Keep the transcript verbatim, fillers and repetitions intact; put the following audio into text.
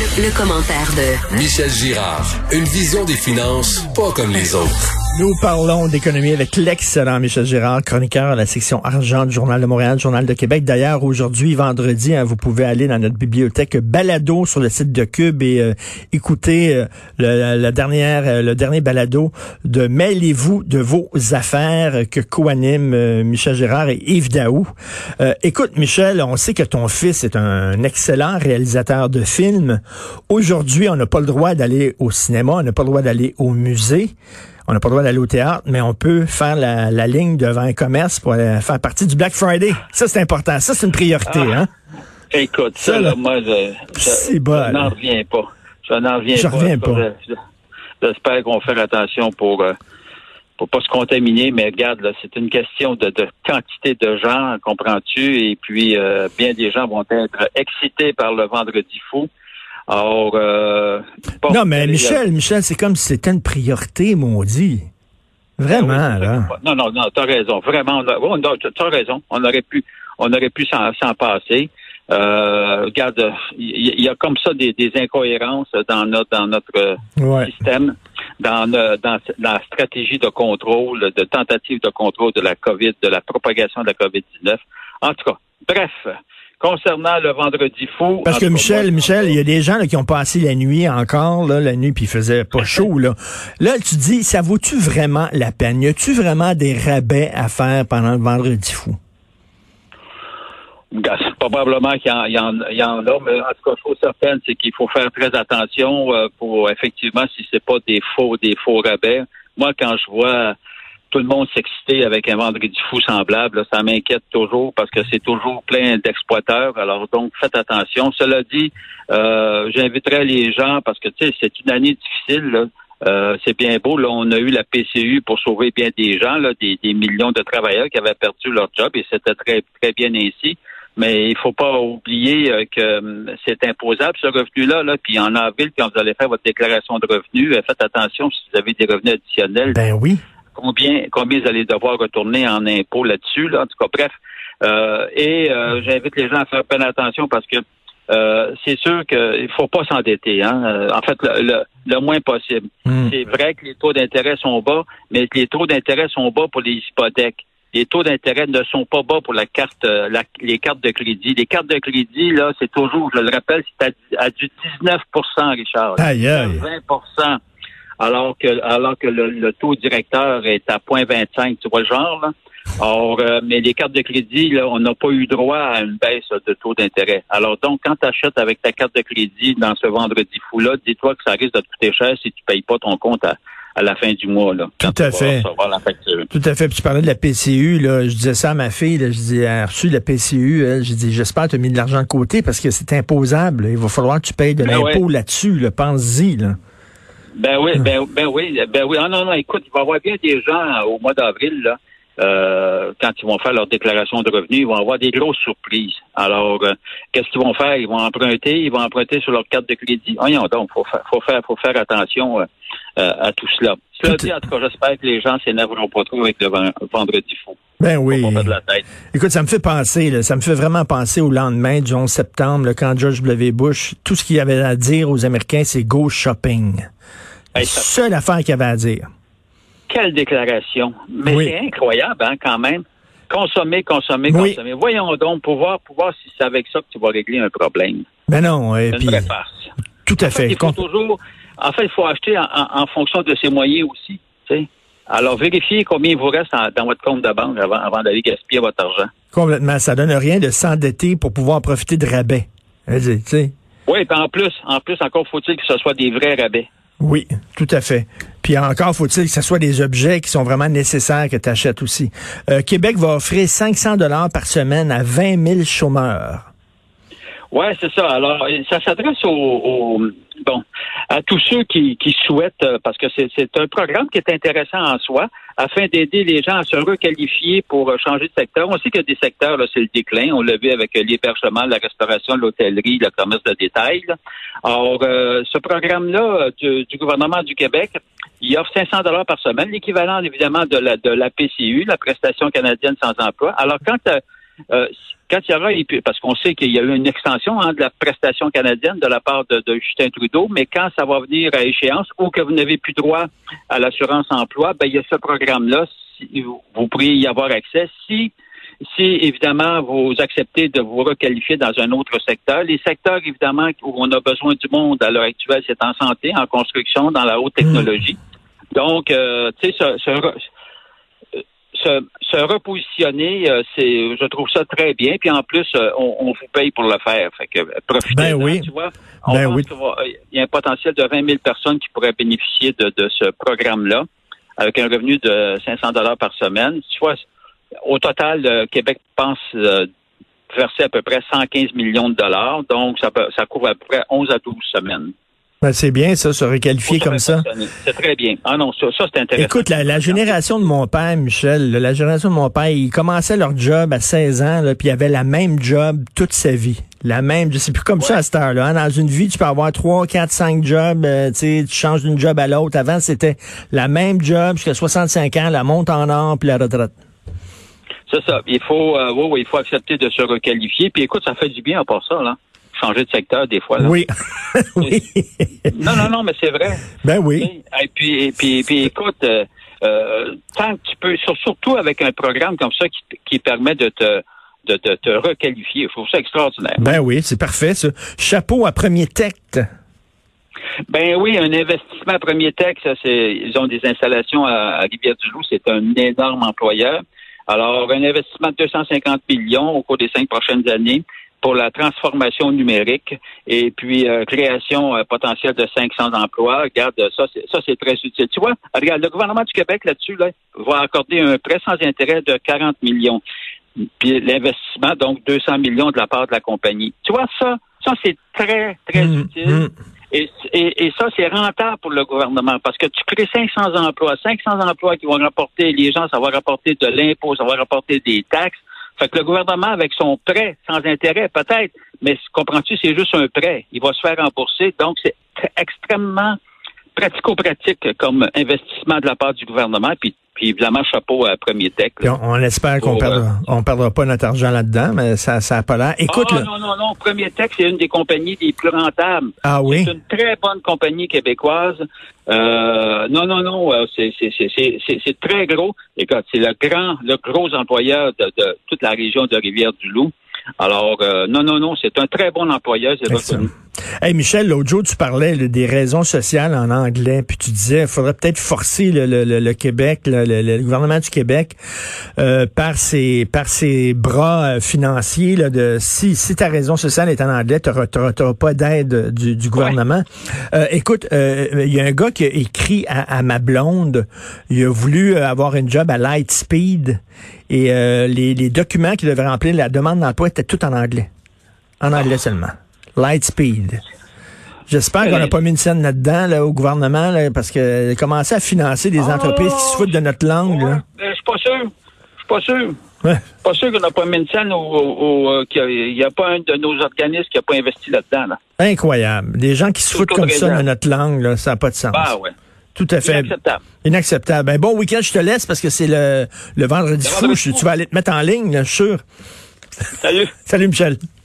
le commentaire de Michel Girard. Une vision des finances pas comme les autres. Nous parlons d'économie avec l'excellent Michel Girard, chroniqueur à la section argent du Journal de Montréal, Journal de Québec. D'ailleurs, aujourd'hui, vendredi, hein, vous pouvez aller dans notre bibliothèque balado sur le site de Cube et euh, écouter euh, le, la dernière, euh, le dernier balado de Mêlez-vous de vos affaires que co-animent euh, Michel Girard et Yves Daou. Euh, écoute, Michel, on sait que ton fils est un excellent réalisateur de films. Aujourd'hui, on n'a pas le droit d'aller au cinéma, on n'a pas le droit d'aller au musée. On n'a pas le droit d'aller au théâtre, mais on peut faire la, la ligne devant un commerce pour aller faire partie du Black Friday. Ça, c'est important. Ça, c'est une priorité, ah, hein? Écoute, ça, ça là, moi, je, je, je n'en reviens pas. Je n'en reviens je pas. Reviens pas. Je, j'espère qu'on va faire attention pour euh, pour pas se contaminer, mais regarde, là, c'est une question de, de quantité de gens, comprends-tu? Et puis, euh, bien des gens vont être excités par le vendredi fou. Alors, euh, bon, non, mais Michel, a... Michel, c'est comme si c'était une priorité, maudit. Vraiment, ah oui, là. Non, non, non, t'as raison. Vraiment, on a, on a, t'as raison. On aurait pu, on aurait pu s'en, s'en passer. Euh, regarde, il y, y a comme ça des, des incohérences dans notre, dans notre ouais. système, dans, dans, dans la stratégie de contrôle, de tentative de contrôle de la COVID, de la propagation de la COVID dix-neuf. En tout cas, bref. Concernant le vendredi fou... Parce que Michel, moi, Michel, il y a des gens là, qui ont passé la nuit encore, là, la nuit, puis il faisait pas chaud. Là, là tu dis, ça vaut-tu vraiment la peine? Y a-tu vraiment des rabais à faire pendant le vendredi fou? Probablement qu'il y en, il y en, il y en a, mais en tout cas, chose certaine, c'est qu'il faut faire très attention euh, pour, effectivement, si c'est pas des faux, des faux rabais. Moi, quand je vois... tout le monde s'exciter avec un vendredi fou semblable, là, ça m'inquiète toujours parce que c'est toujours plein d'exploiteurs. Alors donc, faites attention. Cela dit, euh, j'inviterai les gens parce que tu sais, c'est une année difficile. Là. Euh, c'est bien beau. Là, on a eu la P C U pour sauver bien des gens, là, des, des millions de travailleurs qui avaient perdu leur job et c'était très très bien ainsi. Mais il faut pas oublier euh, que euh, c'est imposable ce revenu-là. Là, puis en avril, quand vous allez faire votre déclaration de revenus, euh, faites attention si vous avez des revenus additionnels. Ben oui. Combien, combien vous allez devoir retourner en impôts là-dessus, là, en tout cas, bref. Euh, et euh, j'invite les gens à faire peine attention parce que euh, c'est sûr qu'il faut pas s'endetter, hein. En fait, le, le, le moins possible. Mm. C'est vrai que les taux d'intérêt sont bas, mais les taux d'intérêt sont bas pour les hypothèques. Les taux d'intérêt ne sont pas bas pour la carte, la, les cartes de crédit. Les cartes de crédit, là, c'est toujours, je le rappelle, c'est à, à du dix-neuf pour cent, Richard. Aïe, aïe. vingt pour cent. Alors que alors que le, le taux directeur est à zéro virgule vingt-cinq, tu vois le genre, là. Or, euh, mais les cartes de crédit, là, on n'a pas eu droit à une baisse de taux d'intérêt. Alors donc, quand tu achètes avec ta carte de crédit dans ce vendredi fou-là, dis-toi que ça risque de te coûter cher si tu payes pas ton compte à, à la fin du mois, là. Tout à fait. Tout à fait. Puis tu parlais de la P C U, là. Je disais ça à ma fille, là. Je dis, elle a reçu la P C U, elle. Je dis, j'espère que tu as mis de l'argent de côté parce que c'est imposable. Il va falloir que tu payes de ben l'impôt ouais. là-dessus, là. Pense-y, là. Ben oui, ben, ben oui, ben oui. Ah non, non, écoute, il va y avoir bien des gens au mois d'avril, là, euh, quand ils vont faire leur déclaration de revenus, ils vont avoir des grosses surprises. Alors, euh, qu'est-ce qu'ils vont faire? Ils vont emprunter, ils vont emprunter sur leur carte de crédit. Voyons donc, faut faire, faut faire, faut faire attention euh, à tout cela. Cela dit, en tout cas, j'espère que les gens s'énerveront pas trop avec le vendredi fou. Ben oui. De la tête. Écoute, ça me fait penser, là, ça me fait vraiment penser au lendemain du onze septembre, là, quand George W. Bush, tout ce qu'il avait à dire aux Américains, c'est go shopping. La hey, seule affaire qu'il avait à dire. Quelle déclaration. Mais oui. C'est incroyable, hein, quand même. Consommer, consommer, oui. consommer. Voyons donc, pour voir, pour voir si c'est avec ça que tu vas régler un problème. Ben non. Et une puis, vraie farce. Tout à en fait. fait. Il faut toujours, en fait, il faut acheter en, en, en fonction de ses moyens aussi. Tu sais. Alors, vérifiez combien il vous reste en, dans votre compte de banque avant, avant d'aller gaspiller votre argent. Complètement. Ça donne rien de s'endetter pour pouvoir profiter de rabais. Tu sais. Oui, puis en plus, en plus, encore faut-il que ce soit des vrais rabais. Oui, tout à fait. Puis encore faut-il que ce soit des objets qui sont vraiment nécessaires que tu achètes aussi. Euh, Québec va offrir cinq cents dollars par semaine à vingt mille chômeurs. Oui, c'est ça. Alors, ça s'adresse aux, aux bon à tous ceux qui, qui souhaitent, parce que c'est, c'est un programme qui est intéressant en soi, afin d'aider les gens à se requalifier pour changer de secteur. On sait qu'il y a des secteurs, là, c'est le déclin. On l'a vu avec l'hébergement, la restauration, l'hôtellerie, le commerce de détail. Là. Alors, euh, ce programme-là du, du gouvernement du Québec, il offre cinq cents dollars par semaine, l'équivalent évidemment de la de la P C U, la prestation canadienne sans emploi. Alors, quand euh, euh, quand il y aura, parce qu'on sait qu'il y a eu une extension hein, de la prestation canadienne de la part de, de Justin Trudeau, mais quand ça va venir à échéance ou que vous n'avez plus droit à l'assurance emploi, ben il y a ce programme-là, si, vous, vous pourriez y avoir accès si Si, évidemment, vous acceptez de vous requalifier dans un autre secteur. Les secteurs, évidemment, où on a besoin du monde à l'heure actuelle, c'est en santé, en construction, dans la haute technologie. Mmh. Donc, euh, tu sais, se, se, se, se repositionner, euh, c'est, je trouve ça très bien. Puis en plus, euh, on, on vous paye pour le faire. Fait que profitez. Ben oui. Tu vois. On ben pense oui. qu'il va, il y a un potentiel de vingt mille personnes qui pourraient bénéficier de, de ce programme-là, avec un revenu de cinq cents dollars par semaine. Tu vois, au total, le Québec pense euh, verser à peu près cent quinze millions de dollars. Donc, ça, peut, ça couvre à peu près onze à douze semaines. Ben c'est bien, ça, se requalifier comme ça. C'est très bien. Ah non, ça, ça c'est intéressant. Écoute, la, la génération de mon père, Michel, la génération de mon père, ils commençaient leur job à seize ans, là, puis ils avaient la même job toute sa vie. La même, je sais plus comme ouais. ça à cette heure-là. Hein. Dans une vie, tu peux avoir trois, quatre, cinq jobs, euh, tu sais, tu changes d'une job à l'autre. Avant, c'était la même job jusqu'à soixante-cinq ans, la monte en or, puis la retraite. C'est ça. Il faut, euh, oui, oui, il faut accepter de se requalifier. Puis écoute, ça fait du bien à part ça, là. Changer de secteur des fois. Là. Oui. oui. Non, non, non, mais c'est vrai. Ben oui. Et puis, et puis, et puis écoute, euh, euh, tant que tu peux, surtout avec un programme comme ça qui, qui permet de te de, de te requalifier, je trouve ça extraordinaire. Ben oui, c'est parfait, ça. Chapeau à Premier Tech. Ben oui, un investissement à Premier Tech, ça, c'est, ils ont des installations à, à Rivière-du-Loup, c'est un énorme employeur. Alors, un investissement de deux cent cinquante millions au cours des cinq prochaines années pour la transformation numérique et puis euh, création euh, potentielle de cinq cents emplois. Regarde, ça c'est, ça, c'est très utile. Tu vois, regarde, le gouvernement du Québec, là-dessus, là, va accorder un prêt sans intérêt de quarante millions. Puis l'investissement, donc deux cents millions de la part de la compagnie. Tu vois, ça, ça c'est très, très mmh, utile. Mmh. Et, et, et ça, c'est rentable pour le gouvernement parce que tu crées cinq cents emplois. cinq cents emplois qui vont rapporter, les gens, ça va rapporter de l'impôt, ça va rapporter des taxes. Fait que le gouvernement, avec son prêt sans intérêt, peut-être, mais comprends-tu, c'est juste un prêt. Il va se faire rembourser. Donc, c'est très, extrêmement pratico-pratique comme investissement de la part du gouvernement. Puis, puis évidemment, chapeau à Premier Tech. Là, on, on espère qu'on perdra, euh, on perdra pas notre argent là-dedans, mais ça ça a pas l'air. Écoute, oh, là. non, non, non. Premier Tech, c'est une des compagnies les plus rentables. Ah oui? C'est une très bonne compagnie québécoise. Euh, non, non, non. C'est, c'est, c'est, c'est, c'est, c'est très gros. Écoute, c'est le grand, le gros employeur de, de toute la région de Rivière-du-Loup. Alors, euh, non, non, non, c'est un très bon employeur, c'est reconnu. Hey Michel, l'autre jour, tu parlais là, des raisons sociales en anglais, puis tu disais, il faudrait peut-être forcer le, le, le, le Québec, le, le, le gouvernement du Québec, euh, par ses par ses bras euh, financiers, là, de si si ta raison sociale est en anglais, tu n'auras pas d'aide du, du gouvernement. Ouais. Euh, écoute, il euh, y a un gars qui a écrit à, à ma blonde, il a voulu avoir une job à Lightspeed, et euh, les, les documents qu'il devait remplir, la demande d'emploi était tout en anglais. En anglais oh. seulement. Lightspeed. J'espère qu'on n'a pas mis une scène là-dedans là, au gouvernement là, parce que commencer à financer des oh, entreprises qui se foutent de notre langue. Ouais, là. Je suis pas sûr. Je suis pas sûr. Ouais. Je suis pas sûr qu'on n'a pas mis une scène au, qu'il n'y a, a pas un de nos organismes qui n'a pas investi là-dedans. Là. Incroyable. Des gens qui se foutent comme ça de notre langue, là, ça n'a pas de sens. Ah ouais. Tout à fait. Inacceptable. Inacceptable. Ben, bon week-end, je te laisse parce que c'est le, le vendredi fou. Tu vas aller te mettre en ligne, là, je suis sûr. Salut. Salut, Michel.